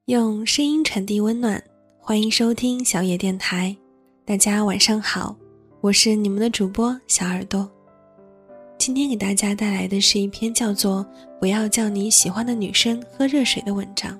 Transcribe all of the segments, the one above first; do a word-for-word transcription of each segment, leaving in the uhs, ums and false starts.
用声音传递温暖，欢迎收听小野电台。大家晚上好，我是你们的主播小耳朵。今天给大家带来的是一篇叫做《不要叫你喜欢的女生喝热水》的文章。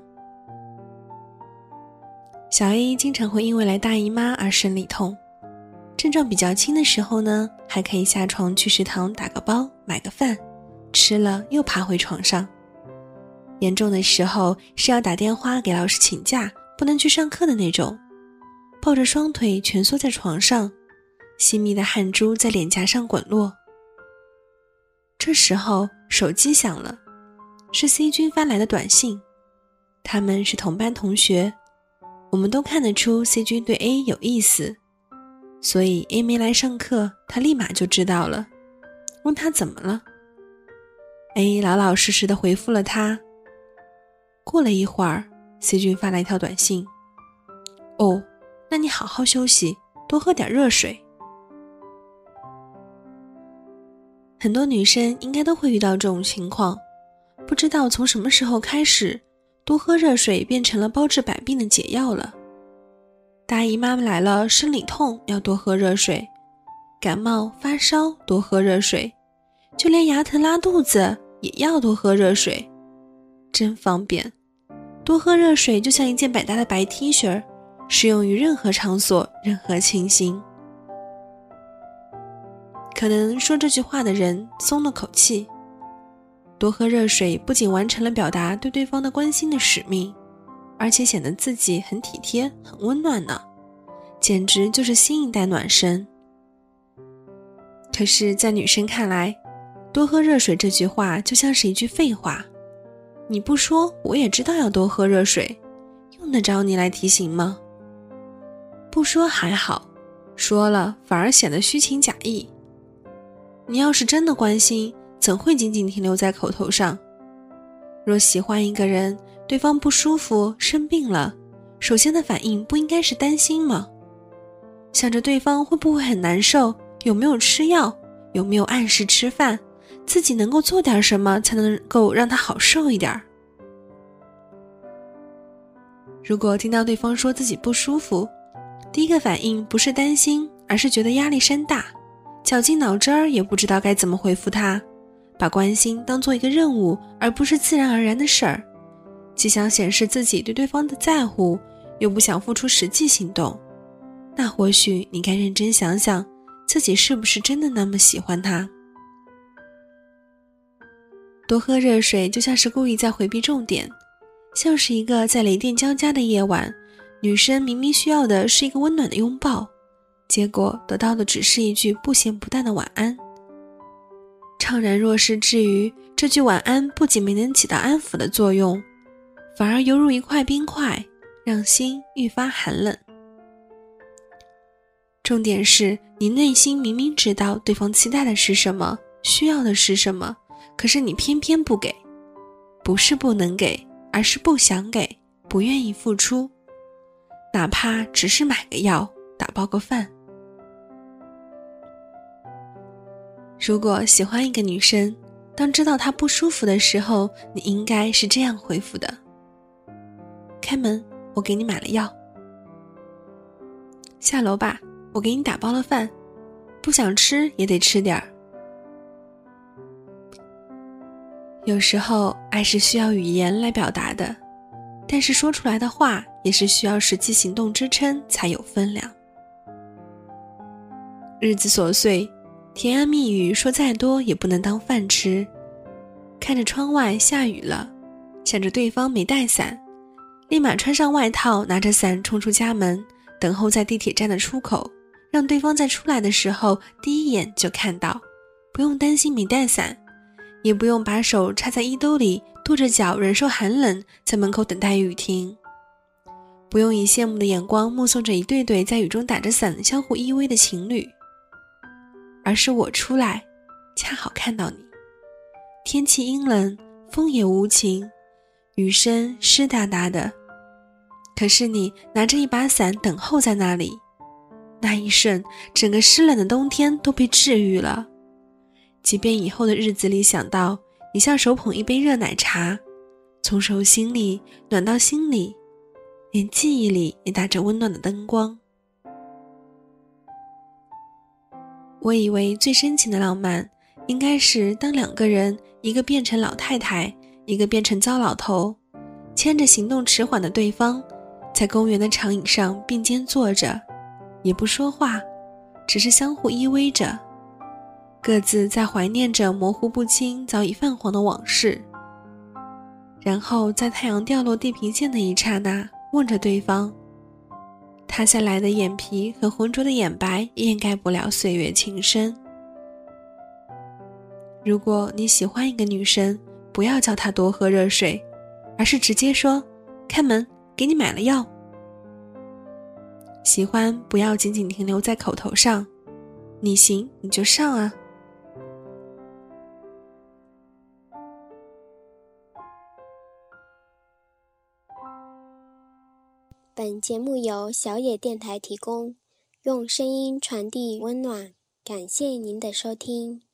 小 A 经常会因为来大姨妈而生理痛，症状比较轻的时候呢，还可以下床去食堂打个包买个饭，吃了又爬回床上。严重的时候是要打电话给老师请假，不能去上课的那种，抱着双腿蜷缩在床上，细密的汗珠在脸颊上滚落。这时候手机响了，是 C 君发来的短信，他们是同班同学，我们都看得出 C 君对 A 有意思，所以 A 没来上课，他立马就知道了，问他怎么了。 A 老老实实地回复了他。过了一会儿 C 君发来一条短信，哦，那你好好休息，多喝点热水。很多女生应该都会遇到这种情况，不知道从什么时候开始，多喝热水变成了包治百病的解药了。大姨妈来了，生理痛要多喝热水，感冒发烧多喝热水，就连牙疼拉肚子也要多喝热水，真方便。多喝热水就像一件百搭的白 T 恤，适用于任何场所任何情形。可能说这句话的人松了口气，多喝热水不仅完成了表达对对方的关心的使命，而且显得自己很体贴很温暖呢，简直就是新一代暖身。可是在女生看来，多喝热水这句话就像是一句废话，你不说我也知道要多喝热水，用得着你来提醒吗？不说还好，说了反而显得虚情假意。你要是真的关心，怎会仅仅停留在口头上？若喜欢一个人，对方不舒服生病了，首先的反应不应该是担心吗？想着对方会不会很难受，有没有吃药，有没有按时吃饭，自己能够做点什么才能够让他好受一点。如果听到对方说自己不舒服，第一个反应不是担心，而是觉得压力山大，绞尽脑汁儿也不知道该怎么回复他，把关心当做一个任务，而不是自然而然的事儿，既想显示自己对对方的在乎，又不想付出实际行动，那或许你该认真想想，自己是不是真的那么喜欢他。多喝热水就像是故意在回避重点，像是一个在雷电交加的夜晚，女生明明需要的是一个温暖的拥抱，结果得到的只是一句不咸不淡的晚安。怅然若失之余，这句晚安不仅没能起到安抚的作用，反而犹如一块冰块，让心愈发寒冷。重点是你内心明明知道对方期待的是什么，需要的是什么，可是你偏偏不给，不是不能给，而是不想给，不愿意付出，哪怕只是买个药，打包个饭。如果喜欢一个女生，当知道她不舒服的时候，你应该是这样回复的：开门，我给你买了药。下楼吧，我给你打包了饭，不想吃也得吃点儿。有时候爱是需要语言来表达的，但是说出来的话也是需要实际行动支撑才有分量。日子琐碎，甜言蜜语说再多也不能当饭吃。看着窗外下雨了，想着对方没带伞，立马穿上外套，拿着伞冲出家门，等候在地铁站的出口，让对方在出来的时候第一眼就看到，不用担心没带伞，也不用把手插在衣兜里，跺着脚忍受寒冷，在门口等待雨停，不用以羡慕的眼光目送着一对对在雨中打着伞相互依偎的情侣，而是我出来，恰好看到你。天气阴冷，风也无情，雨声湿哒哒的，可是你拿着一把伞等候在那里，那一瞬，整个湿冷的冬天都被治愈了。即便以后的日子里想到你像手捧一杯热奶茶，从手心里暖到心里， 连记忆里也打着温暖的灯光。我以为最深情的浪漫应该是当两个人，一个变成老太太，一个变成糟老头，牵着行动迟缓的对方，在公园的长椅上并肩坐着，也不说话，只是相互依偎着，各自在怀念着模糊不清早已泛黄的往事，然后在太阳掉落地平线的一刹那望着对方，塌下来的眼皮和浑浊的眼白掩盖不了岁月情深。如果你喜欢一个女生，不要叫她多喝热水，而是直接说，开门，给你买了药。喜欢不要仅仅停留在口头上，你行你就上啊。 本节目由小野电台提供，用声音传递温暖，感谢您的收听。